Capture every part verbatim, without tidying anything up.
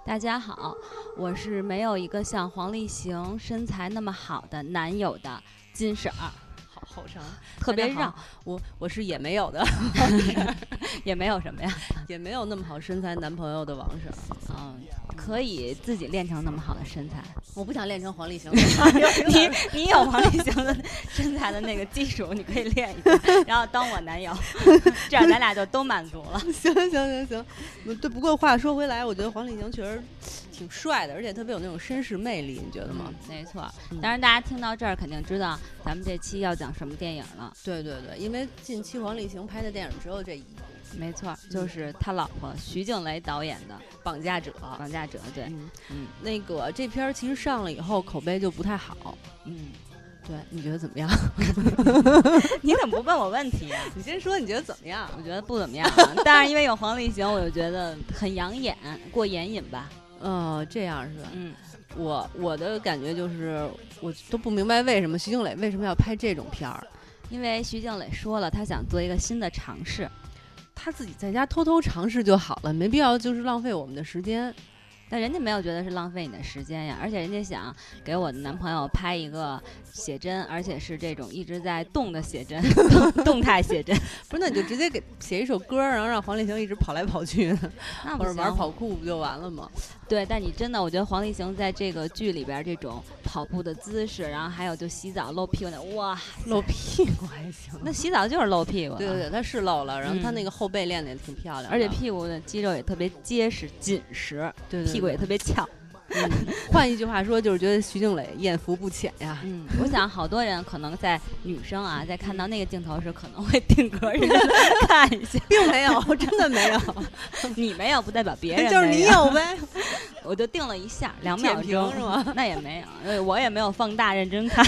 大家好，我是没有一个像黄立行身材那么好的男友的金婶儿， 好好长， 特别让我我是也没有的， 也没有什么呀， 也没有那么好身材男朋友的王婶儿， 嗯，可以自己练成那么好的身材。 我不想练成黄立行， 你你有黄立行的身材的那个技术，你可以练一下，然后当我男友，这样咱俩就都满足了。 行行行行，对。不过话说回来，我觉得黄立行确实挺帅的，而且特别有那种绅士魅力，你觉得吗？ 嗯、没错。当然，大家听到这儿肯定知道咱们这期要讲什么电影了。 对对对，因为近期黄立行拍的电影只有这一部。 没错，就是他老婆徐静蕾导演的《 绑架者》。 绑架者，对， 嗯，嗯那个这片儿其实上了以后口碑就不太好。 嗯， 对，你觉得怎么样？ 你怎么不问我问题啊？ 你先说，你觉得怎么样？ 我觉得不怎么样、啊，但是因为有黄立行，我就觉得很养眼，过眼瘾吧。 哦，这样是吧？ 嗯， 我我的感觉就是，我都不明白为什么徐静蕾为什么要拍这种片儿， 因为徐静蕾说了，她想做一个新的尝试。 他自己在家偷偷尝试就好了，没必要就是浪费我们的时间。 但人家没有觉得是浪费你的时间呀，而且人家想给我的男朋友拍一个写真，而且是这种一直在动的写真，动, 动态写真。 不是，那你就直接给写一首歌，然后让黄立行一直跑来跑去， 那或者玩跑酷不就完了吗？ 对，但你真的，我觉得黄立行在这个剧里边这种跑步的姿势，然后还有就洗澡露屁股的，哇， 露屁股还行。 那洗澡就是露屁股。 对对对，他是露了，然后他那个后背练的也挺漂亮的、嗯， 而且屁股的肌肉也特别结实紧实， 对, 对, 对， 屁股也特别翘。 嗯，换一句话说，就是觉得徐静蕾艳福不浅呀。 嗯，我想好多人可能在女生啊，在看到那个镜头时，可能会定格人看一下， 并没有，真的没有。 你没有不代表别人没有， 就是你有呗。 我就定了一下，两秒钟是吗？ 那也没有，我也没有放大认真看。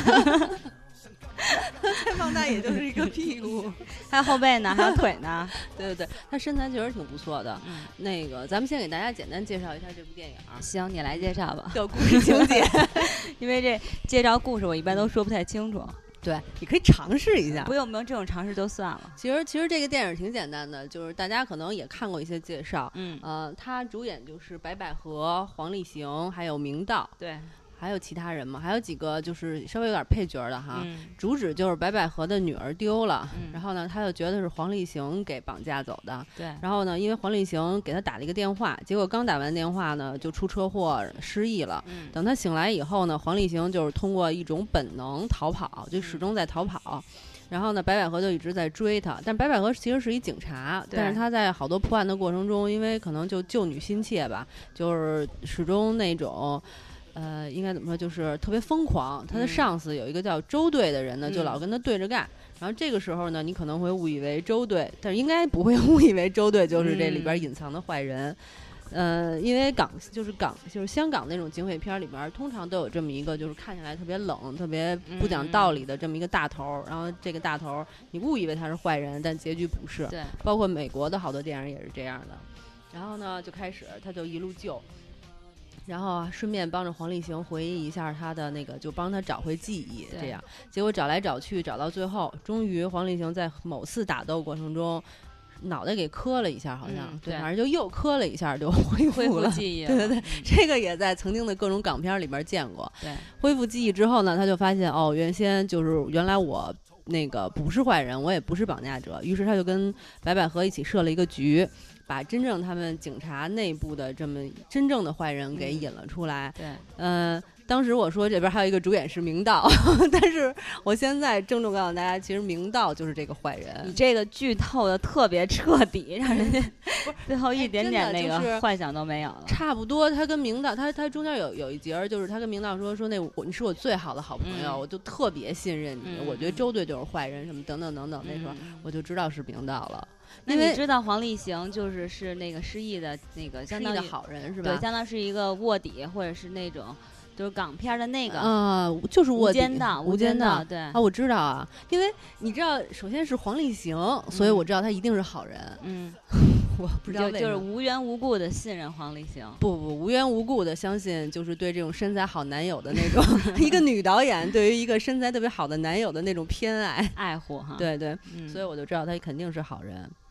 再放大也就是一个屁股， 还有后背呢，还有腿呢。 对对对，他身材确实挺不错的。 嗯， 那个咱们先给大家简单介绍一下这部电影。 行，你来介绍吧。 有故事情节， 因为这介绍故事我一般都说不太清楚。 对，你可以尝试一下。 不用不用，这种尝试就算了。 其实其实这个电影挺简单的，就是大家可能也看过一些介绍。 嗯， 呃，他主演就是白百合、黄立行还有明道。 对。 还有其他人吗？还有几个就是稍微有点配角的哈、 嗯， 主旨就是白百合的女儿丢了、 嗯， 然后呢，他就觉得是黄立行给绑架走的。 对。 然后呢，因为黄立行给他打了一个电话，结果刚打完电话呢，就出车祸失忆了。 嗯。 等他醒来以后呢，黄立行就是通过一种本能逃跑，就始终在逃跑。嗯、然后呢，白百合就一直在追他，但白百合其实是一警察，但是他在好多破案的过程中，因为可能就救女心切吧，就是始终那种。呃，应该怎么说？就是特别疯狂。他的上司有一个叫周队的人呢， 嗯、 就老跟他对着干。然后这个时候呢，你可能会误以为周队，但是应该不会误以为周队就是这里边隐藏的坏人。嗯、呃，因为港就是港就是香港那种警匪片里边，通常都有这么一个，就是看起来特别冷、特别不讲道理的这么一个大头。 嗯、 然后这个大头，你误以为他是坏人，但结局不是。 对， 包括美国的好多电影也是这样的。然后呢，就开始他就一路救。然后啊，顺便帮着黄立行回忆一下他的那个，就帮他找回记忆，这样。结果找来找去，找到最后，终于黄立行在某次打斗过程中，脑袋给磕了一下，好像、 嗯、 对，反正就又磕了一下，就恢复了记忆了。 对对对、 嗯， 这个也在曾经的各种港片里边见过。 对， 恢复记忆之后呢，他就发现哦，原先就是原来我那个不是坏人，我也不是绑架者，于是他就跟白百合一起设了一个局。把真正他们警察内部的这么真正的坏人给引了出来。 嗯、对， 嗯、呃，当时我说这边还有一个主演是明道，但是我现在郑重告诉大家，其实明道就是这个坏人。 你这个剧透的特别彻底，让人家最后一点点那个幻想都没有了。 哎就是、差不多，他跟明道，他他中间有有一节就是他跟明道说说那我你是我最好的好朋友， 嗯、 我就特别信任你、 嗯， 我觉得周队就是坏人什么等等等等。 嗯、 那时候我就知道是明道了。 那你知道黄立行就是是那个失忆的那个相当于失忆的好人是吧？ 对，相当是一个卧底或者是那种就是港片的那个啊、呃，就是卧底无间道， 无间道对啊，我知道啊，因为你知道，首先是黄立行，嗯、所以我知道他一定是好人。 嗯， 我不知道就就是无缘无故的信任黄立行， 不不无缘无故的相信，就是对这种身材好男友的那种一个女导演对于一个身材特别好的男友的那种偏爱爱护哈。 对对、 嗯， 所以我就知道他肯定是好人。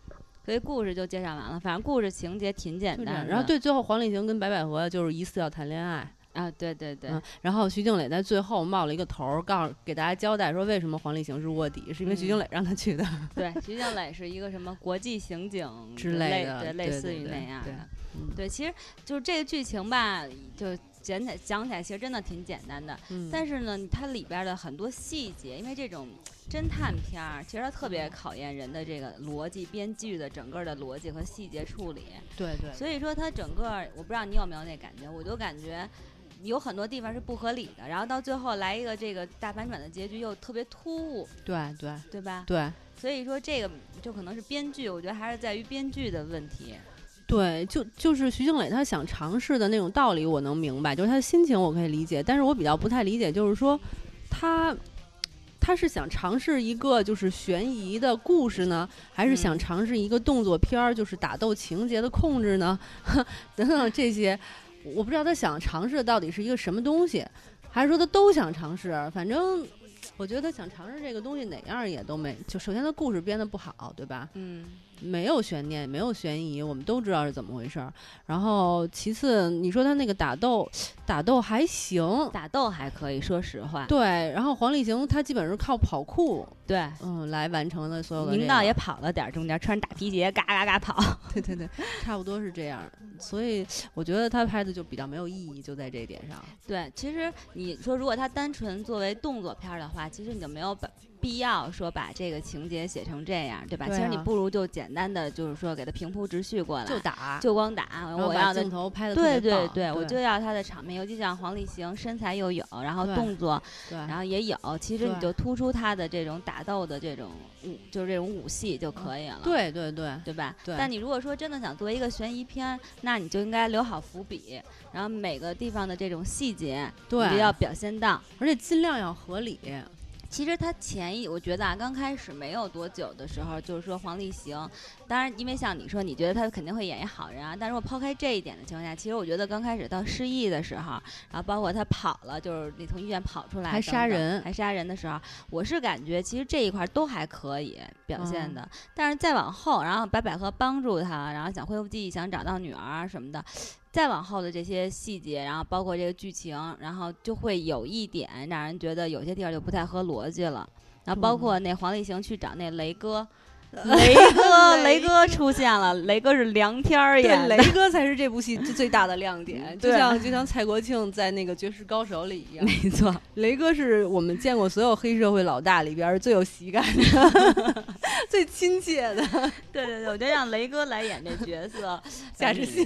所以故事就介绍完了。反正故事情节挺简单的。 然后对，最后黄立行跟白百合就是疑似要谈恋爱。 啊，对对对、 嗯，然后徐静蕾在最后冒了一个头，告诉给大家交代说为什么黄立行是卧底，是因为徐静蕾让他去的。 嗯、对，徐静蕾是一个什么国际刑警之类的， 对，类似于那样的。 对, 对, 对, 对, 对，其实就是这个剧情吧，就讲起来讲起来其实真的挺简单的， 嗯、 但是呢，它里边的很多细节，因为这种侦探片儿，其实它特别考验人的这个逻辑、编剧的整个的逻辑和细节处理。 对对。 所以说它整个，我不知道你有没有那感觉，我就感觉。有很多地方是不合理的，然后到最后来一个这个大反转的结局又特别突兀， 对对对吧？ 对， 所以说这个就可能是编剧，我觉得还是在于编剧的问题。 对，就就是徐静蕾她想尝试的那种道理我能明白，就是她的心情我可以理解，但是我比较不太理解，就是说她他是想尝试一个就是悬疑的故事呢，还是想尝试一个动作片儿，就是打斗情节的控制呢？等等这些。我不知道他想尝试的到底是一个什么东西，还是说他都想尝试。反正我觉得他想尝试这个东西哪样也都没。就首先他故事编得不好，对吧？ 嗯， 没有悬念，没有悬疑，我们都知道是怎么回事儿。然后其次，你说他那个打斗，打斗还行， 打斗还可以，说实话。 对，然后黄立行他基本是靠跑酷， 对， 嗯，来完成了所有的、 这个。明道也跑了点，中间穿着大皮鞋，嘎嘎嘎跑。 对对对，差不多是这样。所以我觉得他拍的就比较没有意义，就在这一点上。 对，其实你说如果他单纯作为动作片的话，其实你就没有把必要说把这个情节写成这样，对吧？ 对啊、 其实你不如就简单的就是说给他平铺直叙过来， 就打， 就光打。我要的镜头拍的对对对, 对，我就要他的场面，尤其像黄立行身材又有，然后动作， 对， 然后也有，其实你就突出他的这种打斗的这种武，就是这种武戏就可以了。 对对对， 对吧？ 对。 但你如果说真的想做一个悬疑片，那你就应该留好伏笔，然后每个地方的这种细节， 对， 你就要表现到， 而且尽量要合理。 其实他前一，我觉得啊，刚开始没有多久的时候，就是说黄立行，当然，因为像你说，你觉得他肯定会演一好人啊。但如果抛开这一点的情况下，其实我觉得刚开始到失忆的时候，然后包括他跑了，就是你从医院跑出来， 还杀人， 还杀人的时候，我是感觉其实这一块都还可以表现的。嗯、但是再往后，然后白百合帮助他，然后想恢复记忆，想找到女儿什么的。再往后的这些细节，然后包括这个剧情，然后就会有一点让人觉得有些地方就不太合逻辑了。然后包括那黄立行去找那雷哥，嗯、雷哥雷哥出现了，雷哥是梁天儿演的，雷哥才是这部戏最大的亮点。就像就像蔡国庆在那个《绝世高手》里一样， 没错， 雷哥是我们见过所有黑社会老大里边最有喜感的、最亲切的。 对对对，我觉得让雷哥来演这角色， 贾志新。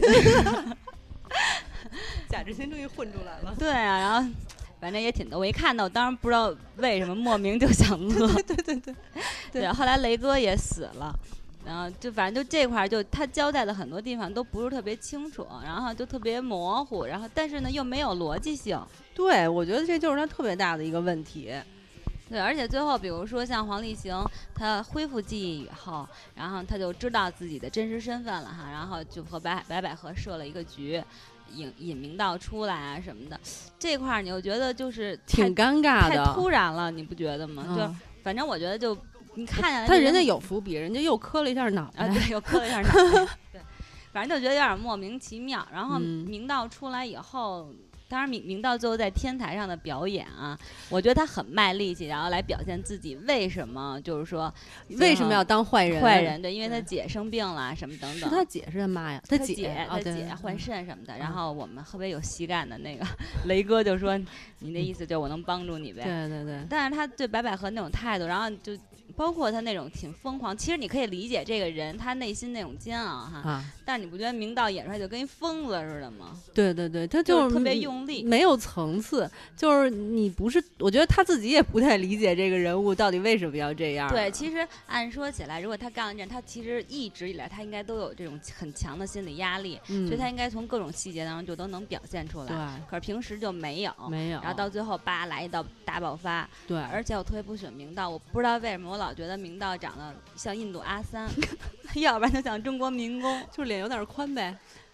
贾志新终于混出来了。 对啊，然后反正也挺多。我一看到，当然不知道为什么莫名就想乐。 对对对对。 对，后来雷哥也死了，然后就反正就这块就他交代的很多地方都不是特别清楚，然后就特别模糊，然后但是呢又没有逻辑性。 对，我觉得这就是他特别大的一个问题。 对，而且最后比如说像黄立行，他恢复记忆以后，然后他就知道自己的真实身份了哈，然后就和白白百合设了一个局，引引明道出来啊什么的，这块儿你又觉得就是挺尴尬的， 太突然了，你不觉得吗？嗯、就反正我觉得就你看下来， 他人家有伏笔，人家又磕了一下脑袋啊，对，又磕了一下脑袋，对，反正就觉得有点莫名其妙。然后明道出来以后。嗯当然明明道最后在天台上的表演啊，我觉得他很卖力气，然后来表现自己为什么就是说为什么要当坏人？ 坏人对，因为他姐生病了什么等等。 是他姐是他妈呀？ 他姐他姐换肾什么的。然后我们特别有喜感的那个雷哥就说：“你的意思就是我能帮助你呗？” 对对对。 但是他对白百合那种态度，然后就包括他那种挺疯狂，其实你可以理解这个人他内心那种煎熬哈。啊。但是你不觉得明道演出来就跟一疯子似的吗？ 对对对，他就是特别用力， 没有层次。就是你不是，我觉得他自己也不太理解这个人物到底为什么要这样。 对，其实按说起来，如果他干了这样，他其实一直以来他应该都有这种很强的心理压力， 嗯、 所以他应该从各种细节当中就都能表现出来。 对， 可是平时就没有， 没有。 然后到最后叭来一道大爆发。 对， 而且我特别不喜欢明道，我不知道为什么，我老觉得明道长得像印度阿三，要不然就像中国民工， 就是脸有点宽呗。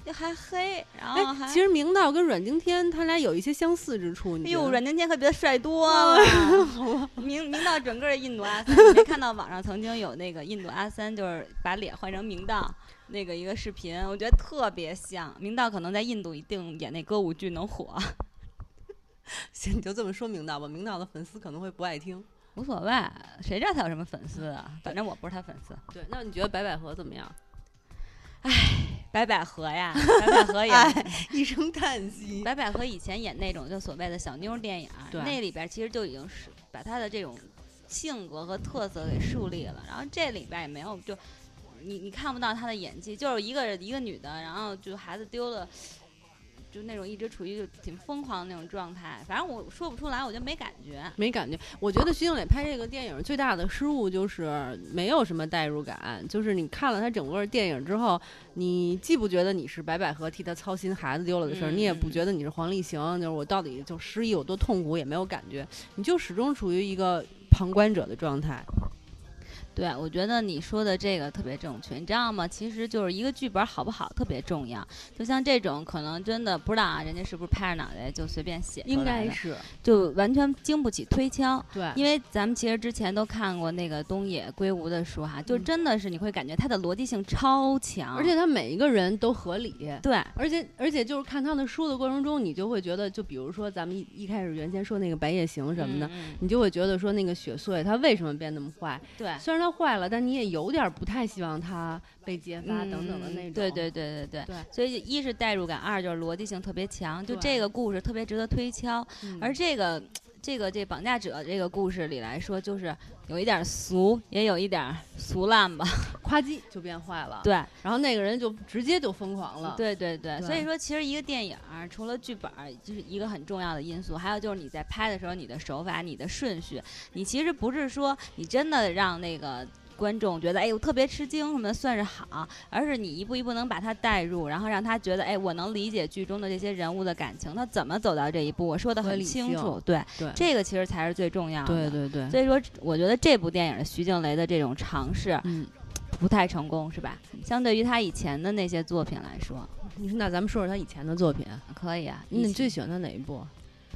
就还黑，然后还、 哎、其实明道跟阮经天他俩有一些相似之处。 哎呦，阮经天可比他帅多了。明明道整个印度阿三，你没看到网上曾经有那个印度阿三，就是把脸换成明道那个一个视频，我觉得特别像。明道可能在印度一定演那歌舞剧能火。 行，你就这么说明道吧，明道的粉丝可能会不爱听。 无所谓，谁知道他有什么粉丝啊？反正我不是他粉丝。 对，那你觉得白百合怎么样？ 唉，白百合呀，白百合也、哎、 一声叹息。 白百合以前演那种就所谓的小妞电影，那里边其实就已经是把她的这种性格和特色给树立了。然后这里边也没有，就你你看不到她的演技，就是一个一个女的，然后就孩子丢了。就那种一直处于就挺疯狂的那种状态，反正我说不出来，我就没感觉， 没感觉。我觉得徐静蕾拍这个电影最大的失误就是没有什么代入感，就是你看了他整个电影之后，你既不觉得你是白百合替他操心孩子丢了的事儿、嗯，你也不觉得你是黄立行，就是我到底就失忆有多痛苦也没有感觉，你就始终处于一个旁观者的状态。 对，我觉得你说的这个特别正确，你知道吗？其实就是一个剧本好不好特别重要。就像这种可能真的不知道啊，人家是不是拍着脑袋就随便写出来的， 应该是就完全经不起推敲。 对， 因为咱们其实之前都看过那个东野圭吾的书哈，就真的是你会感觉他的逻辑性超强， 而且他每一个人都合理。 对， 而且而且就是看他的书的过程中，你就会觉得，就比如说咱们一一开始原先说那个白夜行什么的、 嗯嗯， 你就会觉得说那个雪穗他为什么变那么坏？ 对， 虽然他坏了，但你也有点不太希望他被揭发等等的那种、嗯、 对对对对 对, 对所以一是代入感，二就是逻辑性特别强，就这个故事特别值得推敲。而这个这个这绑架者这个故事里来说，就是有一点俗，也有一点俗烂吧， 夸叽就变坏了。 对， 然后那个人就直接就疯狂了。 对对 对, 对，所以说其实一个电影除了剧本就是一个很重要的因素，还有就是你在拍的时候你的手法你的顺序，你其实不是说你真的让那个观众觉得哎呦特别吃惊什么的算是好，而是你一步一步能把他带入，然后让他觉得哎我能理解剧中的这些人物的感情，他怎么走到这一步，我说得很清楚。对对， 这个其实才是最重要的。 对对对， 所以说我觉得这部电影的徐静蕾的这种尝试嗯不太成功是吧，相对于他以前的那些作品来说。 你说那咱们说说他以前的作品。 可以啊， 你最喜欢他哪一部？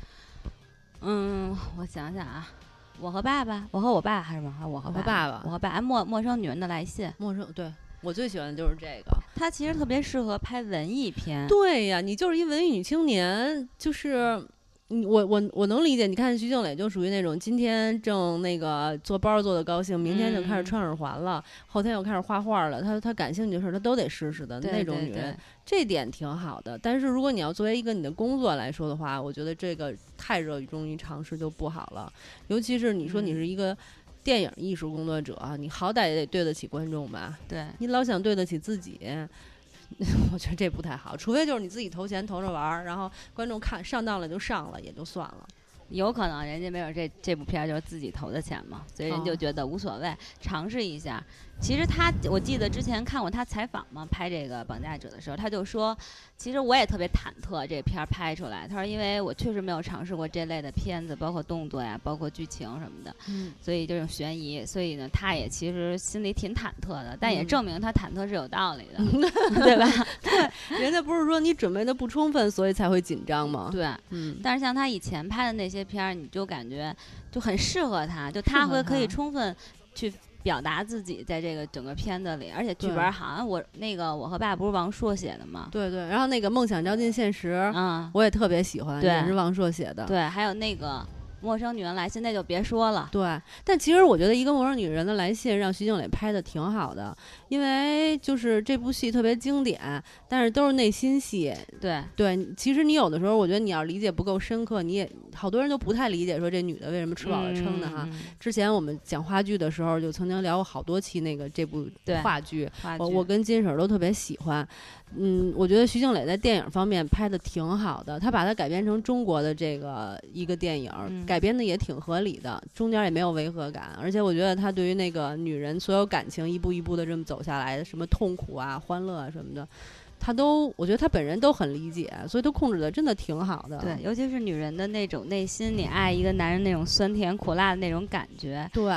嗯我想想啊，我和爸爸，我和我爸还是吗？我和爸爸， 我和爸爸。陌陌生女人的来信， 陌生，对我最喜欢的就是这个。 他其实特别适合拍文艺片。 对呀，你就是一文艺女青年，就是你我我我能理解。你看徐静蕾就属于那种今天正那个做包做的高兴，明天就开始穿耳环了，嗯、后天又开始画画了。她她感兴趣的事她都得试试的那种女人。 对对对， 这点挺好的。但是如果你要作为一个你的工作来说的话，我觉得这个太热衷于尝试就不好了。尤其是你说你是一个电影艺术工作者，嗯、你好歹也得对得起观众吧？ 对， 你老想对得起自己，我觉得这不太好。除非就是你自己投钱投着玩，然后观众看上当了就上了，也就算了。 有可能人家没准这这部片就是自己投的钱嘛，所以人就觉得无所谓，哦、尝试一下。其实他，我记得之前看过他采访嘛，拍这个绑架者的时候，他就说，其实我也特别忐忑这片拍出来。他说，因为我确实没有尝试过这类的片子，包括动作呀，包括剧情什么的， 嗯， 所以这种悬疑，所以呢，他也其实心里挺忐忑的，但也证明他忐忑是有道理的，嗯、对吧？ 对，人家不是说你准备的不充分，所以才会紧张吗？ 对， 嗯。 但是像他以前拍的那些片儿，你就感觉就很适合他，就他会可以充分去表达自己在这个整个片子里，而且剧本好像我那个我和爸不是王朔写的吗？ 对对，然后那个梦想照进现实， 嗯， 我也特别喜欢，也是王朔写的。 对，还有那个陌生女人来信，那就别说了。 对，但其实我觉得一个陌生女人的来信让徐静蕾拍的挺好的，因为就是这部戏特别经典，但是都是内心戏。 对对，其实你有的时候我觉得你要理解不够深刻，你也好多人都不太理解说这女的为什么吃饱了撑的哈。 嗯、 之前我们讲话剧的时候就曾经聊过好多期那个这部话剧， 话剧我我跟金婶都特别喜欢。嗯，我觉得徐静蕾在电影方面拍的挺好的，她把它改编成中国的这个一个电影， 嗯、 改编的也挺合理的，中间也没有违和感，而且我觉得她对于那个女人所有感情一步一步的这么走下来，什么痛苦啊、欢乐啊什么的，她都我觉得她本人都很理解，所以都控制的真的挺好的。 对，尤其是女人的那种内心，你爱一个男人那种酸甜苦辣的那种感觉， 对， 就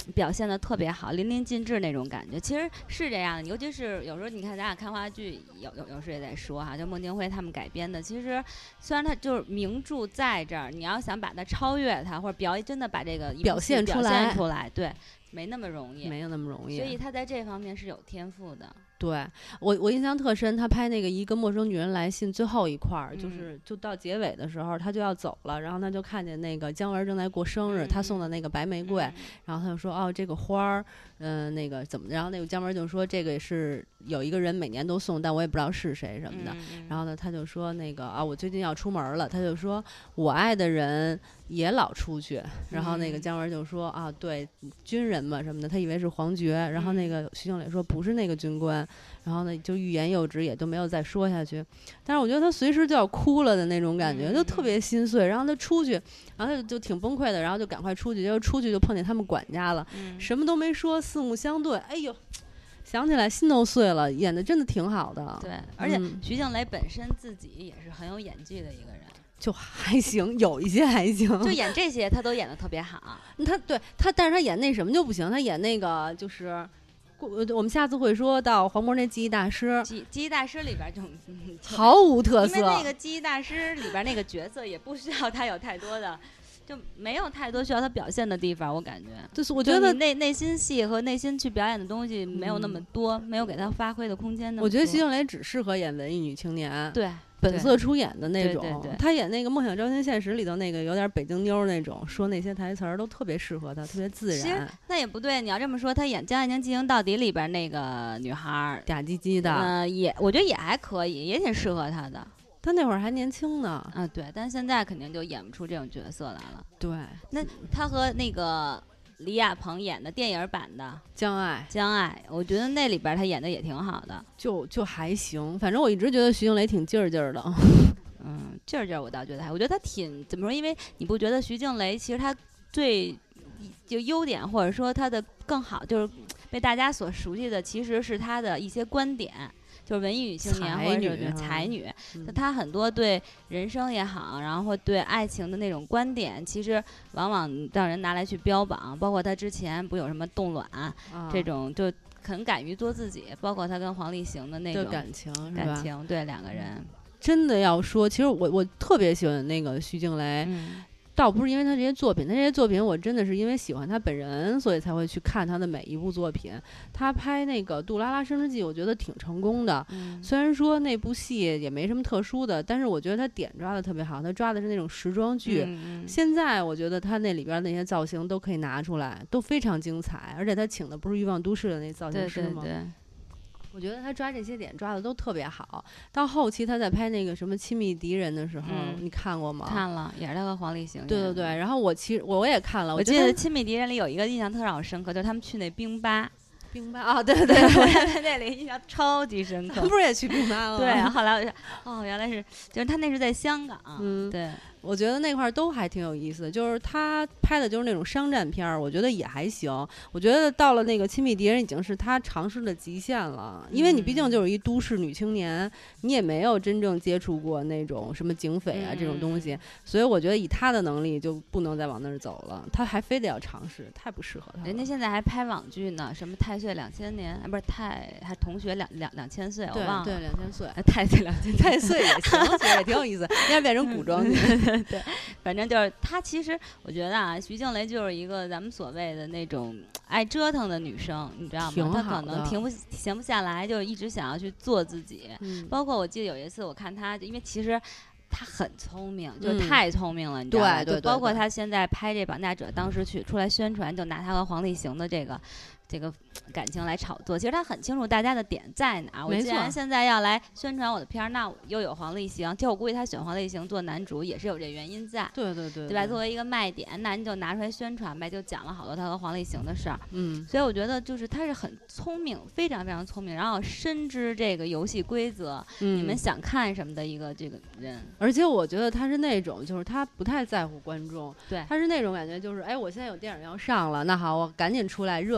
表现的特别好，淋漓尽致那种感觉，其实是这样的。尤其是有时候你看咱俩看话剧，有有有时候也在说哈，就孟京辉他们改编的，其实虽然他就是名著在这儿，你要想把它超越它，或者表真的把这个表现出来， 表现出来，对，没那么容易， 没有那么容易。 所以他在这方面是有天赋的。 对我，我印象特深，他拍那个一个陌生女人来信最后一块儿、嗯，就是就到结尾的时候，他就要走了，然后他就看见那个姜文正在过生日，嗯、他送的那个白玫瑰，嗯、然后他就说哦，这个花儿，嗯、呃，那个怎么？然后那个姜文就说这个是有一个人每年都送，但我也不知道是谁什么的。 嗯、 然后呢，他就说那个啊，我最近要出门了，他就说我爱的人也老出去。然后那个姜文就说啊，对，军人嘛什么的，他以为是皇爵。然后那个徐静蕾说不是那个军官。然后呢，就欲言又止，也都没有再说下去。但是我觉得他随时就要哭了的那种感觉， 嗯、 就特别心碎。然后他出去，然后他就就挺崩溃的，然后就赶快出去，结果出去就碰见他们管家了， 嗯、 什么都没说，四目相对，哎呦，想起来心都碎了，演的真的挺好的。 对，而且徐静蕾本身自己也是很有演技的一个人。 就还行，有一些还行， 就演这些他都演得特别好。 他对他，但是他演那什么就不行，他演那个就是。我们下次会说到黄渤那记忆大师， 记记忆大师里边就毫无特色， 因为那个记忆大师里边那个角色也不需要他有太多的，就没有太多需要他表现的地方，我感觉。 就是我觉得内内心戏和内心去表演的东西没有那么多，嗯、没有给他发挥的空间。 我觉得徐静蕾只适合演文艺女青年。 对。 本色出演的那种， 对对对对他演那个《梦想照进现实》里头那个有点北京妞那种，说那些台词儿都特别适合他，特别自然。 其实那也不对，你要这么说，他演《将爱情进行到底》里边那个女孩嗲唧唧的， 嗯、呃，也我觉得也还可以，也挺适合他的。 他那会儿还年轻呢， 啊对，但现在肯定就演不出这种角色来了。 对， 那他和那个李亚鹏演的电影版的 《将爱》， 将爱，我觉得那里边他演的也挺好的， 就就还行。反正我一直觉得徐静蕾挺劲儿劲儿的。 嗯，劲儿劲儿，我倒觉得还，我觉得他挺怎么说？因为你不觉得徐静蕾其实她最就优点，或者说她的更好，就是被大家所熟悉的，其实是她的一些观点。就是文艺女青年或者是才女，嗯、她很多对人生也好，然后对爱情的那种观点，其实往往让人拿来去标榜。包括她之前不有什么冻卵、啊、这种，就很敢于做自己。包括她跟黄立行的那种感情， 感情对两个人， 真的要说，其实我我特别喜欢那个徐静蕾。 嗯， 倒不是因为他这些作品，他这些作品我真的是因为喜欢他本人，所以才会去看他的每一部作品。他拍那个《杜拉拉升职记》，我觉得挺成功的。 嗯、 虽然说那部戏也没什么特殊的，但是我觉得他点抓的特别好。他抓的是那种时装剧。 嗯嗯、 现在我觉得他那里边那些造型都可以拿出来，都非常精彩。而且他请的不是《欲望都市》的那造型师吗？ 对对对， 我觉得他抓这些点抓的都特别好。到后期他在拍那个什么《亲密敌人》的时候， 嗯、 你看过吗？ 看了，也是他和黄立行。 对对对，然后我其实我也看了， 我记得《亲密敌人》里有一个印象特让我深刻，就是他们去那冰吧。 冰吧啊，对对对， 我在那里印象超级深刻。 他不是也去冰吧了吗？ 对，后来我就哦，原来是，就是他那是在香港。 嗯， 对。 我觉得那块儿都还挺有意思的，就是他拍的就是那种商战片儿，我觉得也还行。我觉得到了那个《亲密敌人》已经是他尝试的极限了，因为你毕竟就是一都市女青年，你也没有真正接触过那种什么警匪啊这种东西，所以我觉得以他的能力就不能再往那儿走了，他还非得要尝试，太不适合他了。 人家现在还拍网剧呢，什么太岁两千年，啊不是太还同学两两两千岁，我忘了。 对，两千岁， 太岁两千太岁也行，其实也挺有意思，应该变成古装剧。 对，反正就是她。其实我觉得啊，徐静蕾就是一个咱们所谓的那种爱折腾的女生，你知道吗？她可能停不闲不下来，就一直想要去做自己。 嗯、 包括我记得有一次我看她，因为其实她很聪明，就是太聪明了，嗯、你知道吗？ 对对对对， 就包括她现在拍这《绑架者》，当时去出来宣传，就拿她和黄立行的这个。这个感情来炒作，其实他很清楚大家的点在哪。我既然现在要来宣传我的片儿，那又有黄立行，其实我估计他选黄立行做男主也是有这原因在。 对对对， 对吧？作为一个卖点，那你就拿出来宣传呗，就讲了好多他和黄立行的事儿。 嗯， 所以我觉得就是他是很聪明，非常非常聪明，然后深知这个游戏规则， 嗯、 你们想看什么的一个这个人。 而且我觉得他是那种，就是他不太在乎观众， 对， 他是那种感觉，就是哎，我现在有电影要上了，那好，我赶紧出来热，就是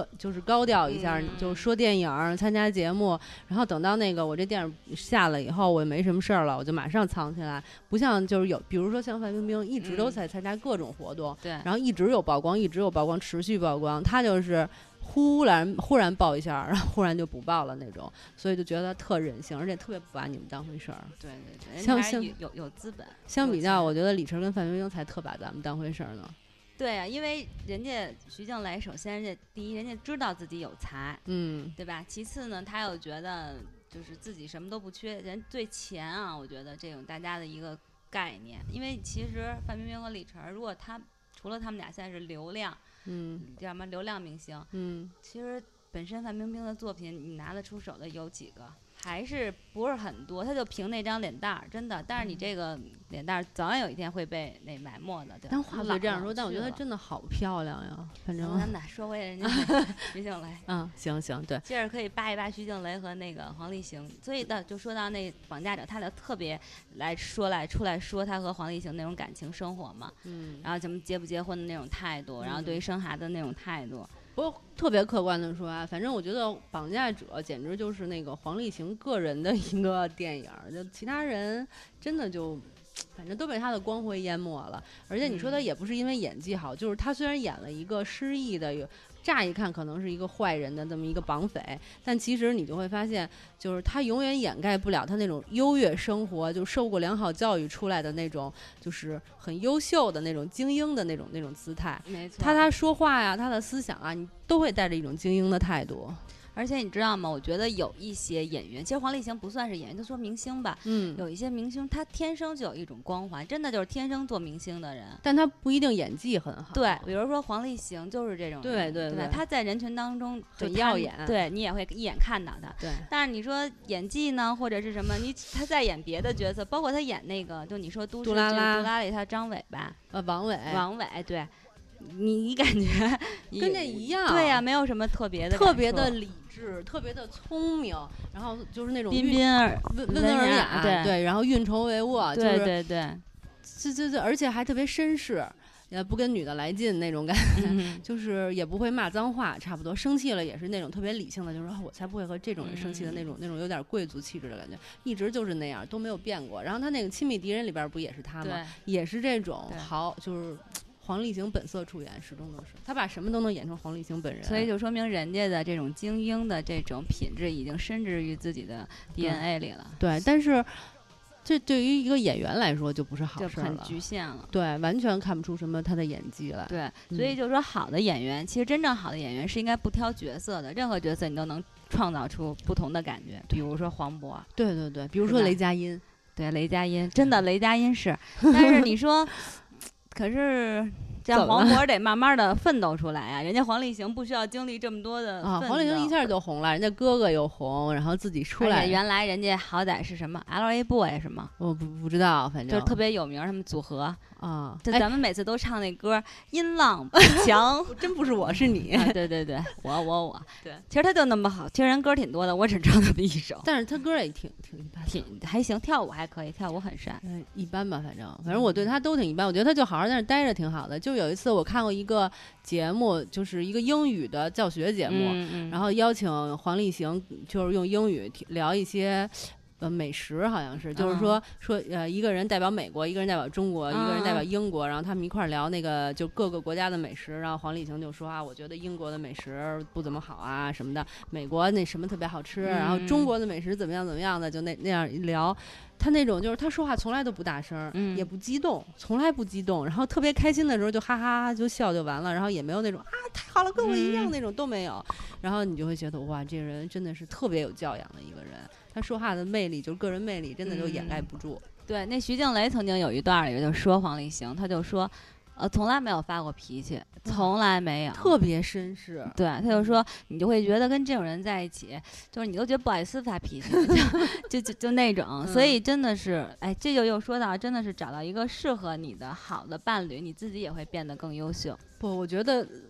高调一下， 嗯、 就说电影、参加节目，然后等到那个我这电影下了以后，我也没什么事儿了，我就马上藏起来。不像就是有，比如说像范冰冰，一直都在参加各种活动， 对、嗯， 然后一直有曝光，一直有曝光，持续曝光。她就是忽然忽然爆一下，然后忽然就不爆了那种，所以就觉得她特任性，而且特别不把你们当回事儿。 对对对， 相相有有资本。 相比较，我觉得李晨跟范冰冰才特把咱们当回事儿呢。 对啊，因为人家徐静蕾，首先人家第一，人家知道自己有才， 嗯， 对吧？其次呢，他又觉得就是自己什么都不缺，人对钱啊，我觉得这种大家的一个概念。因为其实范冰冰和李晨，如果他除了他们俩现在是流量， 嗯， 叫什么流量明星， 嗯， 其实本身范冰冰的作品你拿得出手的有几个？还是不是很多，他就凭那张脸蛋儿，真的。但是你这个脸蛋儿早晚有一天会被那埋没的。对， 但话虽这样说，但我觉得她真的好漂亮呀。反正咱们说回人家徐静蕾。 嗯，行行，对。 接着可以扒一扒徐静蕾和那个黄立行，所以的就说到那绑架者，他俩特别来说来出来说他和黄立行那种感情生活嘛， 嗯， 然后怎么结不结婚的那种态度，然后对于生孩子的那种态度。 不过特别客观的说啊，反正我觉得《绑架者》简直就是那个黄立行个人的一个电影，就其他人真的就，反正都被他的光辉淹没了。而且你说他也不是因为演技好，就是他虽然演了一个失忆的，乍一看可能是一个坏人的这么一个绑匪，但其实你就会发现，就是他永远掩盖不了他那种优越生活，就受过良好教育出来的那种，就是很优秀的那种精英的那种那种姿态。 没错， 他他说话呀，他的思想啊，你都会带着一种精英的态度。 而且你知道吗？我觉得有一些演员，其实黄立行不算是演员，就说明星吧。 嗯， 有一些明星他天生就有一种光环，真的就是天生做明星的人。 但他不一定演技很好。 对，比如说黄立行就是这种人。 对对对, 对他在人群当中很耀眼， 对你也会一眼看到他。 对。 但是你说演技呢，或者是什么？你他在演别的角色，包括他演那个，就你说都市剧《 杜拉拉》 杜拉里他张伟吧？ 呃，王伟。 王伟，对。你你感觉跟这一样？ 对呀、啊，没有什么特别的， 特别的理智，特别的聪明，然后就是那种彬彬而温温文尔雅， 对对，然后运筹帷幄， 对对对， 这这这，而且还特别绅士，也不跟女的来劲那种感觉， 嗯、 就是也不会骂脏话，差不多生气了也是那种特别理性的，就是、哦、我才不会和这种人生气的那种、嗯、那种有点贵族气质的感觉，一直就是那样，都没有变过。然后他那个亲密敌人里边不也是他吗？也是这种好，就是黄立行本色出演，始终都是他把什么都能演成黄立行本人， 所以就说明人家的这种精英的这种品质已经深植于自己的 D N A 里了。 对，对但是这对于一个演员来说就不是好事了， 就很局限了。 对，完全看不出什么他的演技来。 对，所以就说好的演员，嗯、其实真正好的演员是应该不挑角色的，任何角色你都能创造出不同的感觉。比如说黄渤， 对对对，比如说雷佳音， 对雷佳音，真的雷佳音是，但是你说。可是，这黄渤得慢慢的奋斗出来啊！人家黄立行不需要经历这么多的啊，黄立行一下就红了，人家哥哥又红，然后自己出来。 原来人家好歹是什么 L A Boy 是吗？ 我不不知道，反正就是特别有名，他们组合啊。 就咱们每次都唱那歌，音浪不强， 真不是我是你。 啊、对对对，我我我。 对， 其实他就那么好，其实人歌挺多的，我只唱他的一首。 但是他歌也挺挺一般， 挺还行，跳舞还可以，跳舞很帅。 嗯，一般吧，反正反正我对他都挺一般。我觉得他就好好在那待着挺好的。就有一次我看过一个节目，就是一个英语的教学节目， 嗯嗯、 然后邀请黄立行，就是用英语聊一些。呃，美食好像是，就是说、嗯、说呃，一个人代表美国，一个人代表中国，嗯、一个人代表英国，然后他们一块儿聊那个就各个国家的美食。然后黄立行就说啊，我觉得英国的美食不怎么好啊什么的，美国那什么特别好吃， 嗯、 然后中国的美食怎么样怎么样的，就那那样一聊。他那种就是他说话从来都不大声、 嗯， 也不激动，从来不激动，然后特别开心的时候就哈哈哈就笑就完了，然后也没有那种啊太好了跟我一样、嗯、那种都没有，然后你就会觉得哇，这个人真的是特别有教养的一个人，他说话的魅力就是个人魅力真的就掩盖不住、 嗯、对，那徐静蕾曾经有一段里就说黄立行，他就说呃，从来没有发过脾气，从来没有， 特别绅士。 对，他就说，你就会觉得跟这种人在一起，就是你都觉得不好意思发脾气，就就就那种、嗯。所以真的是，哎，这就又说到，真的是找到一个适合你的好的伴侣，你自己也会变得更优秀。 不，我觉得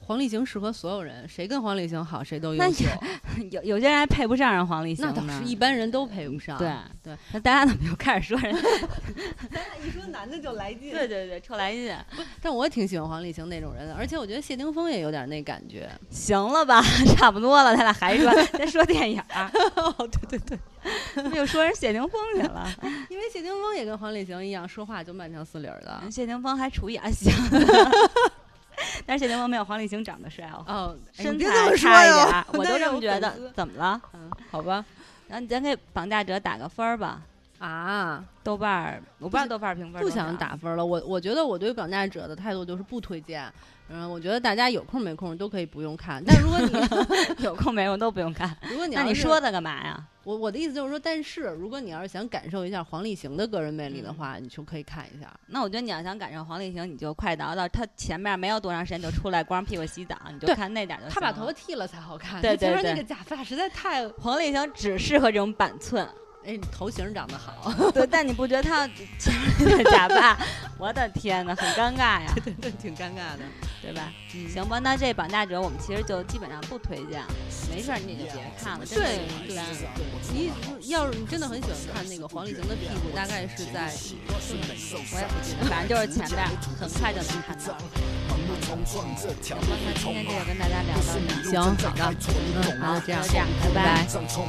黄立行适合所有人，谁跟黄立行好谁都优秀。 有有些人还配不上人黄立行呢， 那倒是一般人都配不上。 对对， 那大家怎么又开始说人？ 咱俩一说男的就来劲。 对对对，臭来劲。 但我挺喜欢黄立行那种人的，而且我觉得谢霆锋也有点那感觉。 行了吧，差不多了，咱俩还说先说电影。 哦，对对对， 又说人谢霆锋去了， 因为谢霆锋也跟黄立行一样，说话就慢条斯理的。 谢霆锋还厨艺还行。但是谢霆锋没有黄立行长得帅哦， 哦， 身材差一点，我都这么觉得。怎么了？ 嗯，好吧。 然后咱给绑大哲打个分儿吧。 啊， 豆瓣儿，我不知道豆瓣儿评分。 不想打分了，我我觉得我对绑架者的态度就是不推荐。嗯，我觉得大家有空没空都可以不用看，但如果你有空没空都不用看。 如果你那你说它干嘛呀？ 我我的意思就是说，但是如果你要是想感受一下黄立行的个人魅力的话，嗯、你就可以看一下。 那我觉得你要想感受黄立行，你就快倒到他前面没有多长时间就出来光屁股洗澡，你就看那点就行了。 他把头发剃了才好看， 对对对， 前面那个假发实在太…… 黄立行只适合这种板寸。 哎，你头型长得好， 对，但你不觉得他前面的假发，我的天哪，很尴尬呀， 对对对，挺尴尬的， 对吧？嗯、行吧，那这绑架者我们其实就基本上不推荐，没事你就别看了，真的对对对，你要是你真的很喜欢看那个黄立行的屁股，大概是在四分钟， 我也不记得，反正就是前面很快就能看到。行吧，那今天这个跟大家聊到这儿。 行，好的，嗯，好，这样， 这样，拜拜。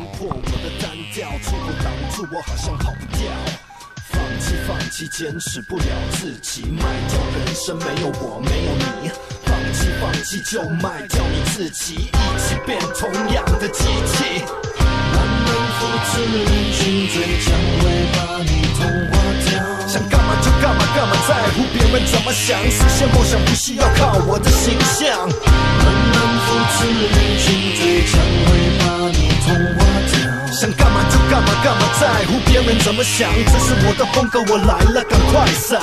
挡住我好像跑不掉，放弃放弃坚持不了自己，卖掉人生没有我没有你，放弃放弃就卖掉你自己，一起变同样的机器，慢慢复制人群最强会把你同化掉，想干嘛就干嘛干嘛在乎别人怎么想，实现梦想不需要靠我的形象，慢慢复制人群最强会把你同化掉，想干嘛就干嘛干嘛在乎别人怎么想，这是我的风格，我来了赶快闪，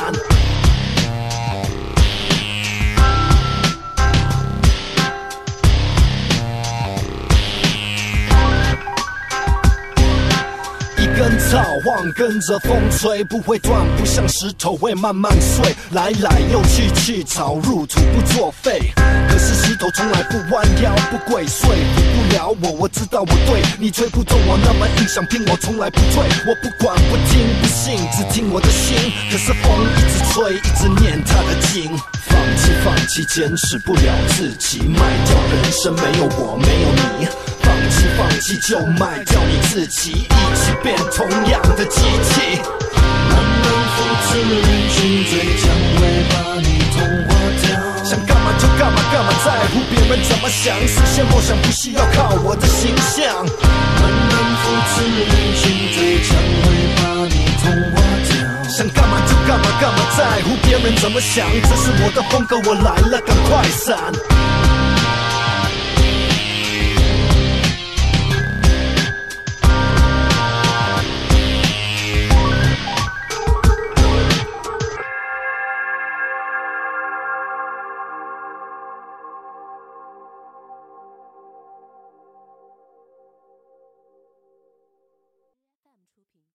根草晃跟着风吹，不会断，不像石头会慢慢碎，来来又去去找入土不作废，可是石头从来不弯腰不跪，说服不了我，我知道我对，你吹不动我那么硬，想拼我从来不退，我不管不听不信，只听我的心，可是风一直吹一直念他的经，放弃放弃坚持不了自己，卖掉人生没有我没有你，放弃放弃就卖掉你自己，一起变同样的机器，慢慢复制人群最强会把你同化掉，想干嘛就干嘛干嘛在乎别人怎么想，实现梦想不需要靠我的形象，慢慢复制人群最强会把你同化掉，想干嘛就干嘛干嘛在乎别人怎么想，这是我的风格，我来了赶快闪。